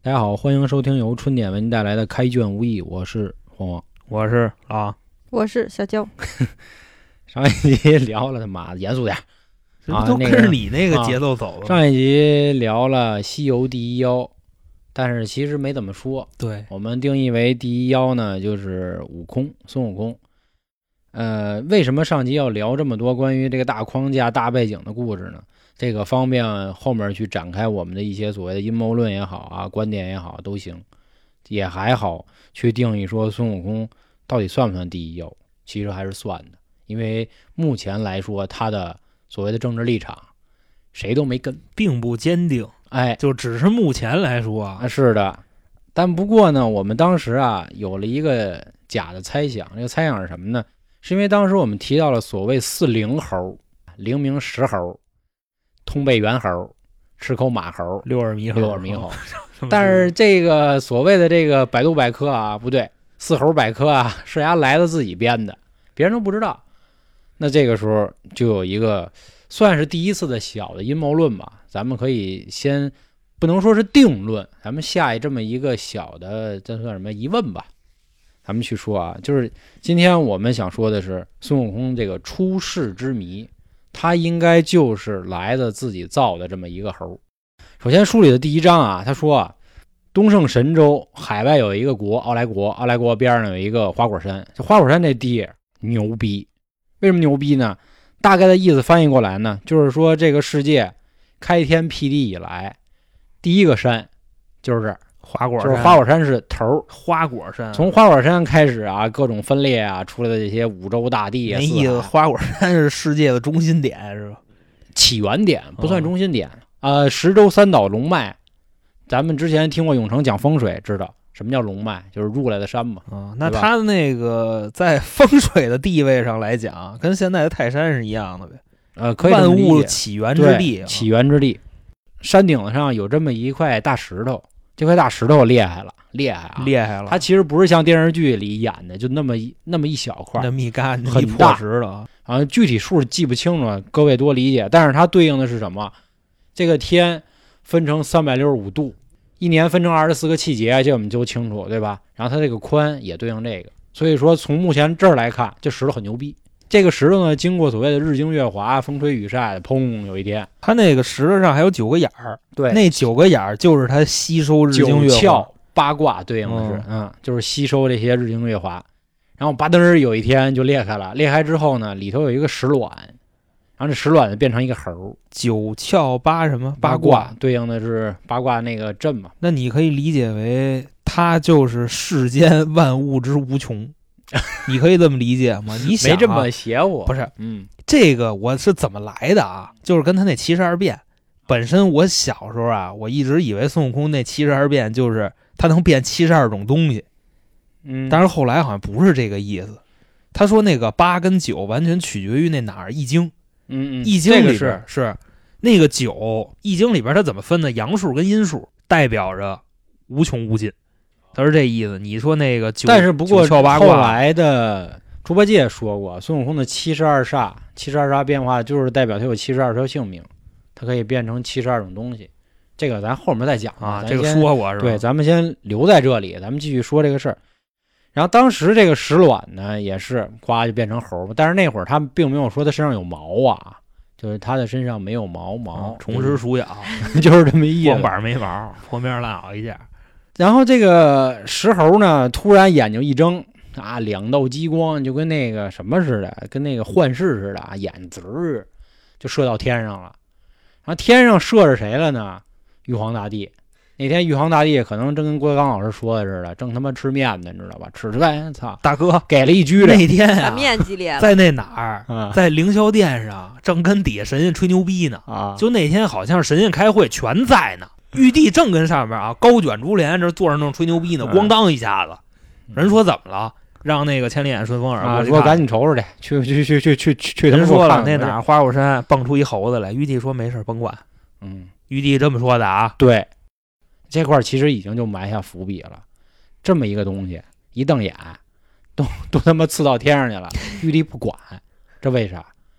大家好，欢迎收听由春点为您带来的开卷无益，我是黄黄， 我是啊， 我是小娇。 上一集聊了他妈的严肃点啊， 都跟着你那个节奏走了。 上一集聊了西游第一妖，但是其实没怎么说。 对， 我们定义为第一妖呢，就是悟空，孙悟空。为什么上集要聊这么多关于这个大框架、大背景的故事呢？这个方便后面去展开我们的一些所谓的阴谋论也好啊，观点也好都行，也还好去定义说孙悟空到底算不算第一妖，其实还是算的，因为目前来说他的所谓的政治立场谁都没跟， 并不坚定，就只是目前来说啊。 是的，但不过呢，我们当时啊有了一个假的猜想，这个猜想是什么呢？是因为当时我们提到了所谓四灵猴，灵明石猴，通背猿猴，吃口马猴， 六耳猕猴。但是这个所谓的这个百度百科啊，不对，四猴百科啊，是人家来的自己编的，别人都不知道。那这个时候就有一个算是第一次的小的阴谋论吧，咱们可以先不能说是定论，咱们下这么一个小的，这算什么疑问吧？咱们去说啊，就是今天我们想说的是孙悟空这个出世之谜，他应该就是来自自己造的这么一个猴。首先书里的第一章啊，他说啊，东胜神州海外有一个国奥莱国，奥莱国边上有一个花果山，这花果山这地牛逼。为什么牛逼呢？大概的意思翻译过来呢，就是说这个世界开天辟地以来，第一个山就是这儿， 花果山， 就是花果山是头， 花果山从花果山开始啊，各种分裂啊，出来的这些五洲大地啊， 没意思。花果山是世界的中心点，是吧？ 起源点不算中心点。十洲三岛龙脉，咱们之前听过永成讲风水，知道什么叫龙脉，就是入来的山嘛。 那它的那个在风水的地位上来讲，跟现在的泰山是一样的呗。 可以万物起源之地， 起源之地。山顶上有这么一块大石头，这块大石头厉害了。它其实不是像电视剧里演的，就那么一小块， 那么一干很大石头啊，具体数记不清楚，各位多理解。但是它对应的是什么？这个天分成365度，一年分成24个气节，这我们就清楚，对吧？然后它这个宽也对应这个，所以说从目前这儿来看，这石头很牛逼。这个石头呢，经过所谓的日精月华、风吹雨晒，砰，有一天， 它那个石头上还有9个眼儿， 对， 那9个眼儿就是它吸收日精月华。 9窍八卦对应的是，就是吸收这些日精月华。然后吧噔有一天就裂开了，裂开之后呢，里头有一个石卵，然后这石卵变成一个猴。 9窍八什么八卦对应的是八卦那个阵嘛。 那你可以理解为它就是世间万物之无穷。你可以这么理解吗？你想、 没这么邪乎， 不是？这个我是怎么来的啊？就是跟他那72变，本身我小时候啊，我一直以为孙悟空那72变就是他能变72种东西，但是后来好像不是这个意思。他说那个8跟9完全取决于那哪儿，易经，易经里边、是那个9，易经里边它怎么分呢？阳数跟阴数代表着无穷无尽。他是这意思。你说那个但是不过后来的猪八戒说过，孙悟空的72煞变化就是代表他有72条性命，他可以变成72种东西。这个咱后面再讲啊，这个说过是吧？ 对，咱们先留在这里，咱们继续说这个事儿。然后当时这个石卵呢，也是呱就变成猴，但是那会儿他并没有说他身上有毛啊，就是他的身上没有毛， 虫食鼠咬， 就是这么一光板没毛，破面烂袄一件。 然后这个石猴呢，突然眼睛一睁啊，两道激光，就跟那个什么似的，跟那个幻视似的，眼子儿就射到天上了。然后天上射着谁了呢？玉皇大帝。那天玉皇大帝可能正跟郭德纲老师说的似的，正他妈吃面呢，你知道吧？吃饭，操， 大哥给了一狙的。 那天啊， 面激烈了， 在那哪儿，在凌霄殿上，正跟底下神仙吹牛逼呢。就那天好像是神仙开会，全在呢。玉帝正跟上面啊，高卷珠帘这坐着正吹牛逼呢，咣当一下子，人说怎么了？让那个千里眼顺风耳过去说赶紧瞅瞅去。 人说了，那哪儿花果山蹦出一猴子来。玉帝说没事，甭管。玉帝这么说的啊。 对，这块其实已经就埋下伏笔了。这么一个东西，一瞪眼，都他妈刺到天上去了，玉帝不管，这为啥？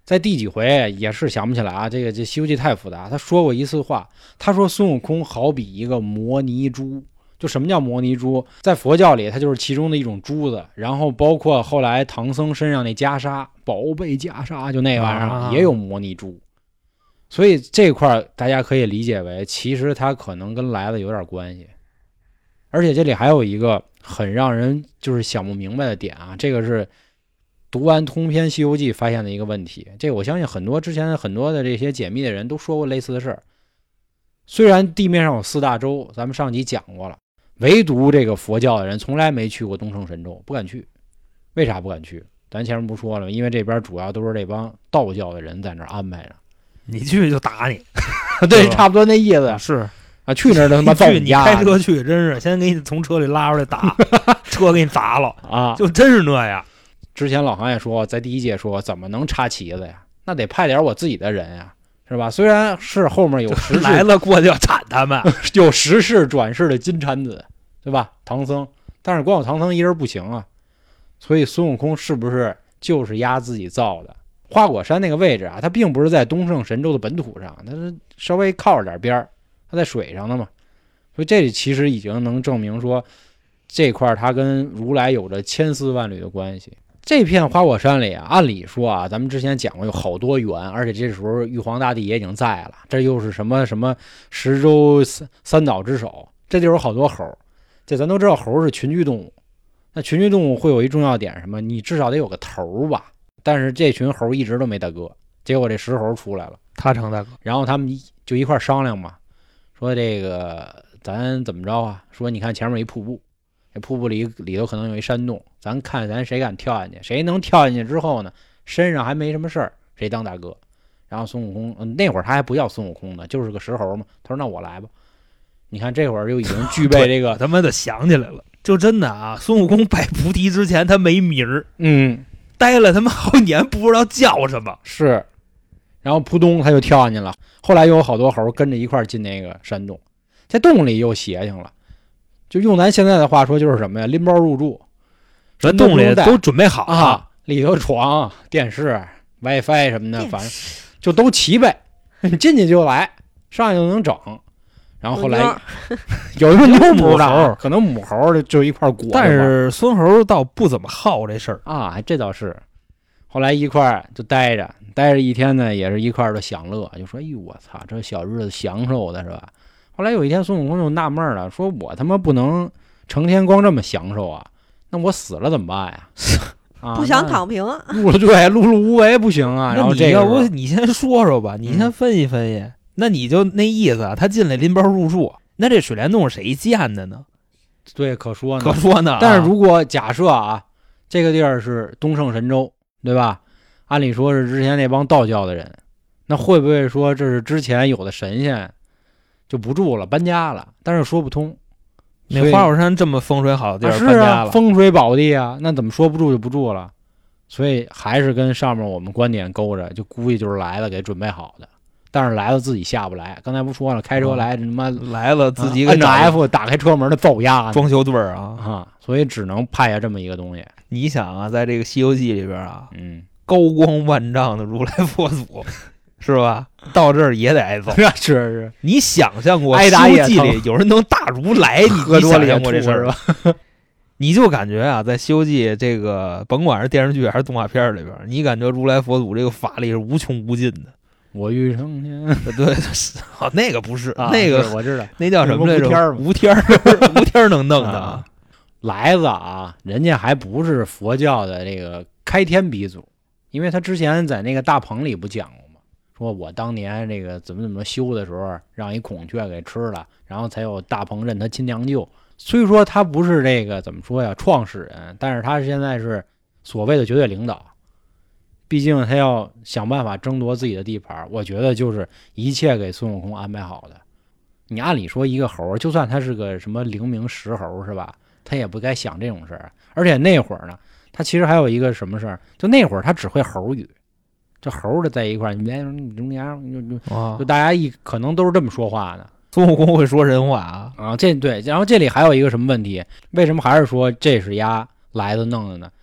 在第几回也是想不起来啊，这《西游记》太复杂。他说过一次话，他说孙悟空好比一个摩尼珠。就什么叫摩尼珠？在佛教里，它就是其中的一种珠子。然后包括后来唐僧身上那袈裟，宝贝袈裟，就那玩意儿也有摩尼珠。所以这块大家可以理解为，其实它可能跟来的有点关系。而且这里还有一个很让人就是想不明白的点啊，这个是读完通篇《西游记》发现的一个问题。这个我相信之前很多的这些解密的人都说过类似的事儿。虽然地面上有4大洲，咱们上集讲过了。唯独这个佛教的人从来没去过东胜神州，不敢去。为啥不敢去？咱前面不说了，因为这边主要都是这帮道教的人在那儿安排着， 你去就打你。 对，差不多那意思。 是啊，去那儿他妈造你开车去，真是先给你从车里拉出来打，车给你砸了啊！ 就真是那样。 之前老韩也说，在第1届说怎么能插旗子呀？那得派点我自己的人呀。是吧？虽然是后面有时势来了过去要铲他们， 有时势转世的金蝉子，对吧？唐僧，但是光有唐僧一人不行啊。所以孙悟空是不是就是压自己造的？花果山那个位置啊，它并不是在东胜神州的本土上，它是稍微靠着点边儿，它在水上的嘛。所以这里其实已经能证明说，这块它跟如来有着千丝万缕的关系。这片花果山里啊，按理说啊，咱们之前讲过有好多猿，而且这时候玉皇大帝也已经在了，这又是什么十洲三岛之首，这就有好多猴。这咱都知道猴是群居动物，那群居动物会有一重要点什么？你至少得有个头吧。但是这群猴一直都没大哥，结果这石猴出来了， 他成大哥， 然后他们就一块商量嘛，说这个咱怎么着啊？说你看前面有一瀑布。这瀑布里头可能有一山洞，咱看咱谁敢跳进去，谁能跳进去之后呢，身上还没什么事儿，谁当大哥。然后孙悟空，那会儿他还不叫孙悟空呢，就是个石猴嘛。他说那我来吧。你看这会儿就已经具备这个他妈的想起来了，就真的啊，孙悟空拜菩提之前他没名儿，待了他妈好几年不知道叫什么。 是，然后扑通他就跳进去了。后来又有好多猴跟着一块进那个山洞，在洞里又邪性了。就用咱现在的话说，就是什么呀？拎包入住， 这洞里都准备好啊，里头床、电视、WiFi 什么的，反正就都齐备，你进去就来，上去就能整。然后后来有一个妞不知道，可能母猴就一块裹。 但是孙猴倒不怎么好这事儿啊，这倒是。后来一块就待着一天呢，也是一块的享乐，就说：“哎呦，我操，这小日子享受的是吧？”后来有一天，孙悟空就纳闷了，说：“我他妈不能成天光这么享受啊，那我死了怎么办呀？啊， 不想躺平啊， 碌碌无为不行啊。”然后这个要不你先说说吧，你先分析分析。那你就那意思啊，他进来拎包入住，那这水帘洞是谁建的呢？ 对，可说呢。 但是如果假设啊，这个地儿是东胜神州，对吧？按理说是之前那帮道教的人，那会不会说这是之前有的神仙？就不住了，搬家了，但是说不通。 那花果山这么风水好的地儿， 搬家了，风水宝地啊，那怎么说不住就不住了？所以还是跟上面我们观点勾着，就估计就是来了给准备好的，但是来了自己下不来。刚才不说了，开车来，他妈来了自己按着 F 打开车门的揍丫， 装修队啊， 所以只能派下这么一个东西。 你想啊，在这个《西游记》里边啊，高光万丈的如来佛祖。是吧？到这儿也得挨揍。 是， 你想象过《西游记》里有人能打如来？你想象过这事儿吧？你就感觉啊，在《西游记》这个甭管是电视剧还是动画片里边，你感觉如来佛祖这个法力是无穷无尽的。 我欲成天， 对，那个不是，那个我知道， 那叫什么来着？无天能弄的。 来子啊，人家还不是佛教的这个开天鼻祖，因为他之前在那个大棚里不讲过。说我当年这个怎么修的时候，让一孔雀给吃了，然后才有大鹏认他亲娘舅。虽说他不是这个怎么说呀创始人，但是他现在是所谓的绝对领导。毕竟他要想办法争夺自己的地盘，我觉得就是一切给孙悟空安排好的。你按理说一个猴，就算他是个什么灵明石猴是吧，他也不该想这种事儿。而且那会儿呢，他其实还有一个什么事儿，就那会儿他只会猴语。这猴的在一块儿，就大家可能都是这么说话的。 孙悟空会说人话啊， 这对。然后这里还有一个什么问题？为什么还是说这是来的弄的呢？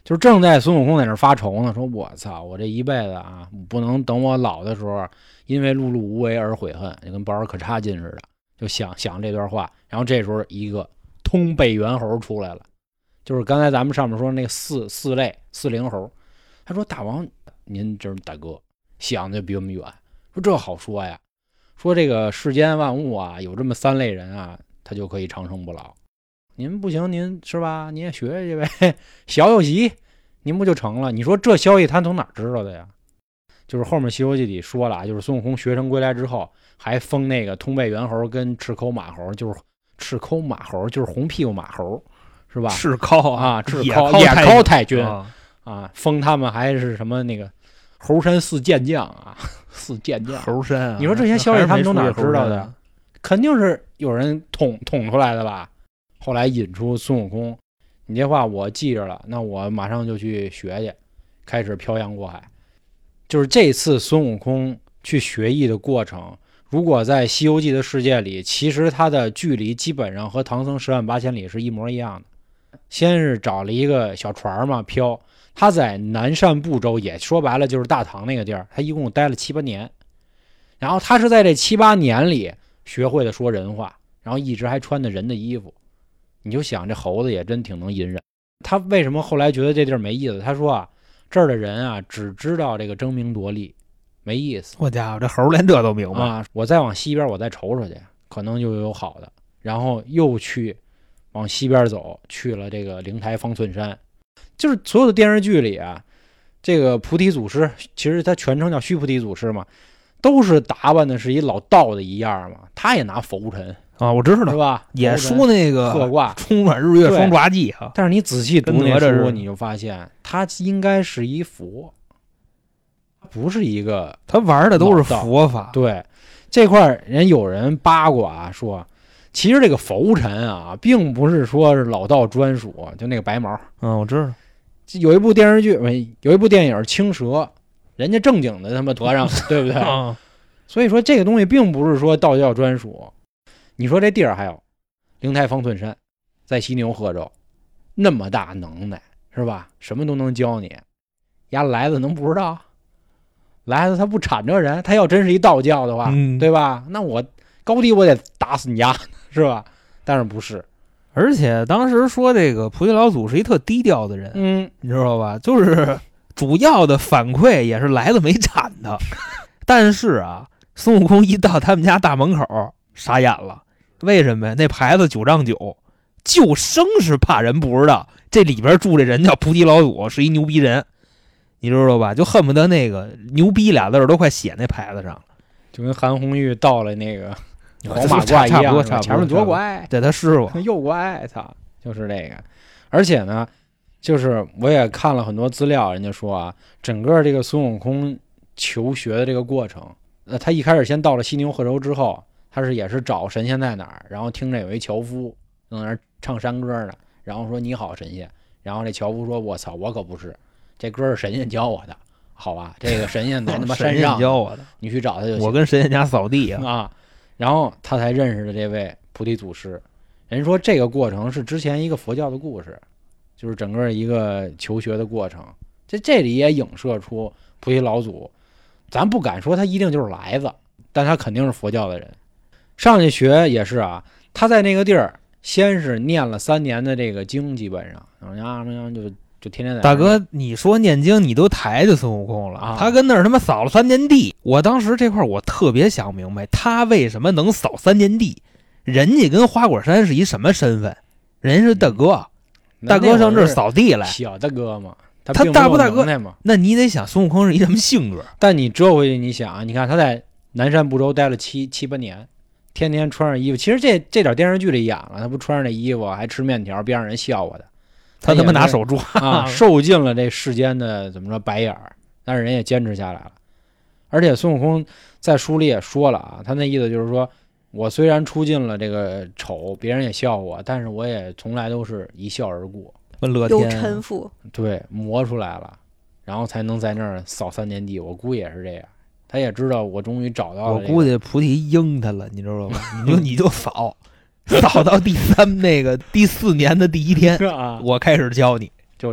就正在孙悟空在那发愁呢，说我操，我这一辈子啊，不能等我老的时候因为碌碌无为而悔恨，就跟保尔柯察金似的，就想这段话。然后这时候一个通背猿猴出来了，就是刚才咱们上面说那个四灵猴。他说大王您这大哥想的比我们远，说这好说呀，说这个世间万物啊，有这么3类人啊，他就可以长生不老。您不行，您是吧？你也学学呗，小有习，您不就成了？你说这消息他从哪儿知道的呀？就是后面《西游记》里说了啊，就是孙悟空学成归来之后，还封那个通背猿猴跟赤口马猴，就是赤口马猴就是红屁股马猴，是吧？ 赤尻啊，赤野尻太君啊， 封他们还是什么那个猴山4健将啊，4健将猴山、啊。 你说这些消息他们从哪儿知道的？肯定是有人捅出来的吧？后来引出孙悟空，你这话我记着了，那我马上就去学去，开始漂洋过海。就是这次孙悟空去学艺的过程，如果在《西游记》的世界里，其实它的距离基本上和唐僧10万8千里是一模一样的。先是找了一个小船嘛漂，他在南赡部洲，也说白了就是大唐那个地儿，他一共待了7、8年。然后他是在这7、8年里学会了说人话，然后一直还穿的人的衣服。你就想这猴子也真挺能隐忍。他为什么后来觉得这地儿没意思？他说啊，这儿的人啊只知道这个争名夺利，没意思。 我家伙，这猴连这都明白啊！我再往西边，我再瞅瞅去，可能就有好的。然后又去往西边走，去了这个灵台方寸山。就是所有的电视剧里啊，这个菩提祖师，其实他全称叫须菩提祖师嘛，都是打扮的是一老道的一样嘛。他也拿拂尘啊，我知道， 是吧？ 也说那个鹤挂冲转日月双爪技啊。 但是你仔细读那书，你就发现他应该是一佛，不是一个。 他玩的都是佛法。 对，这块人有人八卦说，其实这个拂尘啊，并不是说是老道专属，就那个白毛。 我知道。 有一部电视剧，有一部电影《青蛇》，人家正经的他妈和尚，对不对？所以说这个东西并不是说道教专属。你说这地儿还有灵台方寸山，在西牛贺州，那么大能耐是吧？什么都能教你，丫来子能不知道？来子他不铲这人，他要真是一道教的话，对吧？那我高低我得打死你丫，是吧？但是不是。 而且当时说这个菩提老祖是一特低调的人，你知道吧？就是主要的反馈也是来子没铲他，但是啊，孙悟空一到他们家大门口，傻眼了。为什么呀？那牌子9丈9，就生是怕人不知道这里边住这人叫菩提老祖，是一牛逼人，你知道吧？就恨不得那个牛逼俩字都快写那牌子上了， 就跟韩红玉到了那个黄马褂一样，前面左拐， 对他师傅右拐，操，就是这个。而且呢，就是我也看了很多资料，人家说啊，整个这个孙悟空求学的这个过程，他一开始先到了西牛贺州之后。他也是找神仙在哪儿，然后听着有一樵夫在那儿唱山歌呢，然后说你好神仙，然后这樵夫说我操，我可不是，这歌是神仙教我的，好吧，这个神仙在他妈山上教我的， 你去找他就行， 我跟神仙家扫地啊，然后他才认识的这位菩提祖师。人说这个过程是之前一个佛教的故事，就是整个一个求学的过程，这里也影射出菩提老祖，咱不敢说他一定就是来子，但他肯定是佛教的人。上去学也是啊，他在那个地儿先是念了3年的这个经，基本上，然后就天天在。 大哥，你说念经你都抬着孙悟空了，他跟那儿他妈扫了3年地。我当时这块我特别想明白，他为什么能扫3年地？人家跟花果山是一什么身份？人家是大哥，大哥上这儿扫地来， 小大哥嘛， 他大不大哥嘛？那你得想孙悟空是一什么性格？ 但你折回去，你想啊，你看他在南赡部洲待了7、8年。天天穿上衣服，其实这点电视剧里演了，他不穿上那衣服还吃面条，边上人笑话他他妈拿手抓啊，受尽了这世间的怎么说白眼儿，但是人也坚持下来了。而且孙悟空在书里也说了啊，他那意思就是说，我虽然出尽了这个丑，别人也笑话我，但是我也从来都是一笑而过， 乐天有臣服， 对，磨出来了，然后才能在那儿扫3年地。我估计也是这样。他也知道我终于找到了、 我估计菩提应他了，你知道吧？你就扫到第4年的第1天，我开始教你就成。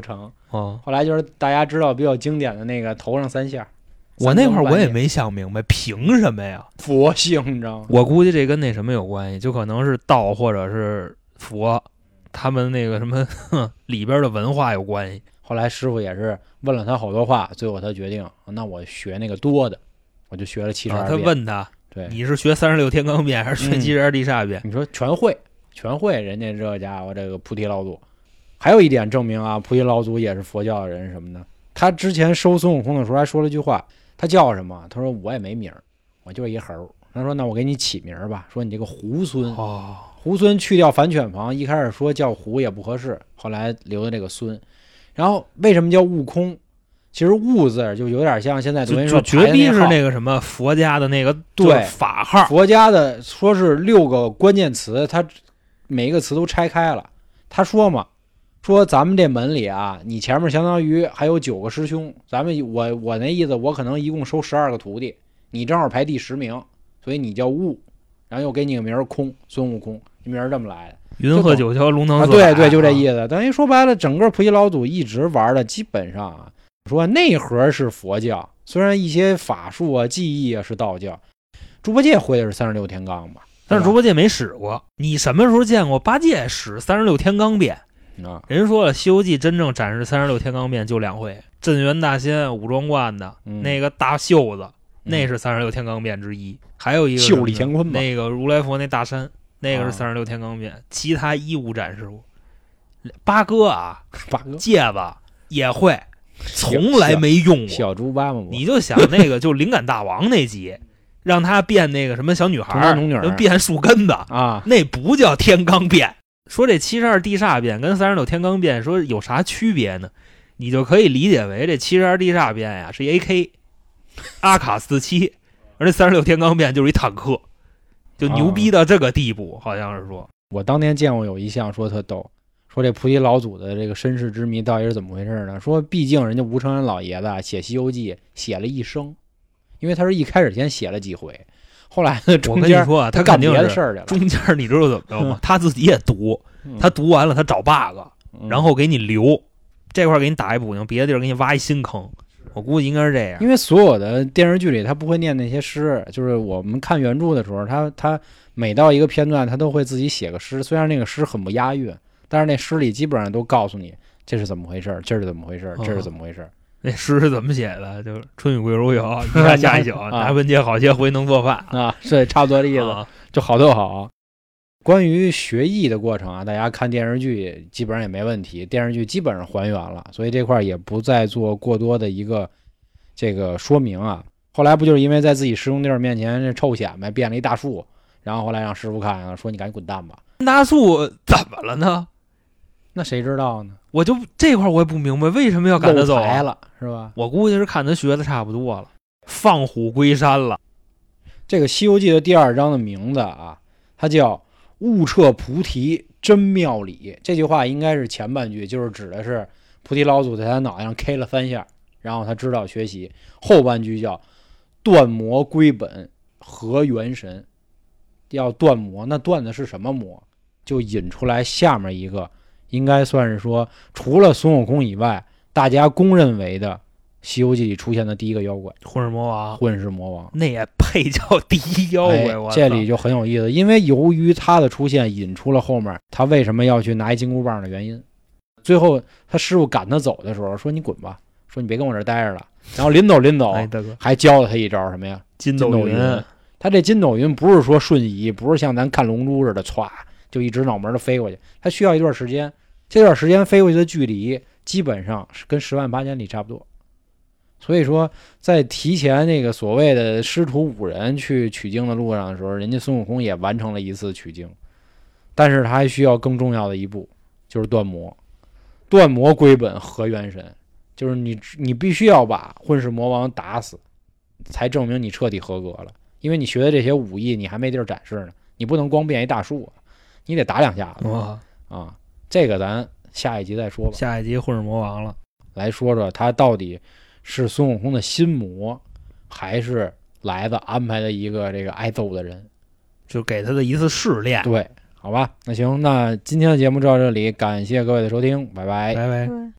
哦， 后来就是大家知道比较经典的那个头上3下， 我那会儿我也没想明白，凭什么呀？ 佛性，你知道吗？ 我估计这跟那什么有关系，就可能是道或者是佛，他们那个什么里边的文化有关系。 后来师傅也是问了他好多话，最后他决定，那我学那个多的，我就学了72遍。 他问他， 对， 你是学36天罡变还是学72地煞变？ 你说全会，人家这家伙这个菩提老祖。还有一点证明啊，菩提老祖也是佛教的人什么的。他之前收孙悟空的时候还说了句话，他叫什么？他说我也没名儿，我就是一猴。他说那我给你起名吧，说你这个猢狲。 哦， 猢狲去掉反犬旁，一开始说叫猢也不合适，后来留的这个孙。然后为什么叫悟空？其实悟字就有点像现在等于说绝逼是那个什么佛家的那个对法号， 佛家的说是6个关键词，他每一个词都拆开了。他说嘛，说咱们这门里啊，你前面相当于还有9个师兄，咱们我那意思，我可能一共收12个徒弟，你正好排第10名，所以你叫悟，然后又给你个名空，孙悟空，你名是这么来的。 云鹤九霄龙腾四海，对，就这意思。等于说白了，整个菩提老祖一直玩的基本上啊，说内核是佛教，虽然一些法术啊、技艺啊是道教。猪八戒会的是36天罡吧？ 但是猪八戒没使过。你什么时候见过八戒使36天罡变？人说了，《西游记》真正展示36天罡变就2回，镇元大仙武装观的那个大袖子，那是36天罡变之一。还有一个袖里乾坤吧， 那个如来佛那大山，那个是36天罡变，其他一无展示过。八哥啊，戒子也会，从来没用过。 小猪八嘛， 你就想那个就灵感大王那集，让他变那个什么小女孩，变树根子啊， 那不叫天罡变。说这72地煞变跟36天罡变说有啥区别呢？你就可以理解为这72地煞变呀是一 AK 阿卡47，而这36天罡变就是一坦克，就牛逼到这个地步，好像是说。 我当年见过有一项说特逗，说这菩提老祖的这个身世之谜到底是怎么回事呢？说毕竟人家吴承恩老爷子写《西游记》写了一生，因为他是一开始先写了几回，后来呢中间我跟你说啊，他干别的事儿去了。 中间你知道怎么着吗？他自己也读，他读完了他找 bug，然后给你留这块给你打一补丁，别的地儿给你挖一新坑。我估计应该是这样， 因为所有的电视剧里他不会念那些诗，就是我们看原著的时候，他每到一个片段他都会自己写个诗，虽然那个诗很不押韵，但是那诗里基本上都告诉你这是怎么回事，这是怎么回事，这是怎么回事。 那诗是怎么写的？就是春雨贵如油，一下下一宿，拿文件好些回能做饭啊，是差不多的意思，就好都好。关于学艺的过程啊，大家看电视剧基本上也没问题，电视剧基本上还原了，所以这块也不再做过多的一个这个说明啊。后来不就是因为在自己师兄弟面前臭显摆，变了一大树，然后后来让师傅看了，说你赶紧滚蛋吧。 大树怎么了呢？ 那谁知道呢？ 我就这块我也不明白，为什么要赶他走来了是吧？ 我估计是看他学的差不多了，放虎归山了。 这个《西游记》的第2章的名字啊，它叫悟彻菩提真妙理。这句话应该是前半句，就是指的是菩提老祖在他脑袋上 K 了3下，然后他知道学习。后半句叫断魔归本合元神，要断魔，那断的是什么魔？就引出来下面一个，应该算是说除了孙悟空以外，大家公认为的《西游记》里出现的第一个妖怪， 混世魔王。 混世魔王， 那也配叫第一妖怪？ 这里就很有意思，因为由于他的出现，引出了后面他为什么要去拿一金箍棒的原因。最后他师傅赶他走的时候说：“你滚吧，说你别跟我这待着了。”然后临走，还教了他一招什么呀？ 筋斗云。 他这筋斗云不是说瞬移，不是像咱看龙珠似的歘就一直脑门的飞过去，他需要一段时间。这段时间飞过去的距离基本上是跟10万8千里差不多。所以说在提前那个所谓的师徒5人去取经的路上的时候，人家孙悟空也完成了一次取经，但是他还需要更重要的一步，就是断魔。断魔归本合元神，就是你必须要把混世魔王打死，才证明你彻底合格了。因为你学的这些武艺你还没地儿展示呢，你不能光变一大树，你得打2下子啊。这个咱下一集再说吧。 下一集混世魔王了， 来说说他到底是孙悟空的心魔，还是来子安排的一个这个挨揍的人， 就给他的一次试炼。 对，好吧，那行，那今天的节目就到这里，感谢各位的收听，拜拜， 拜拜。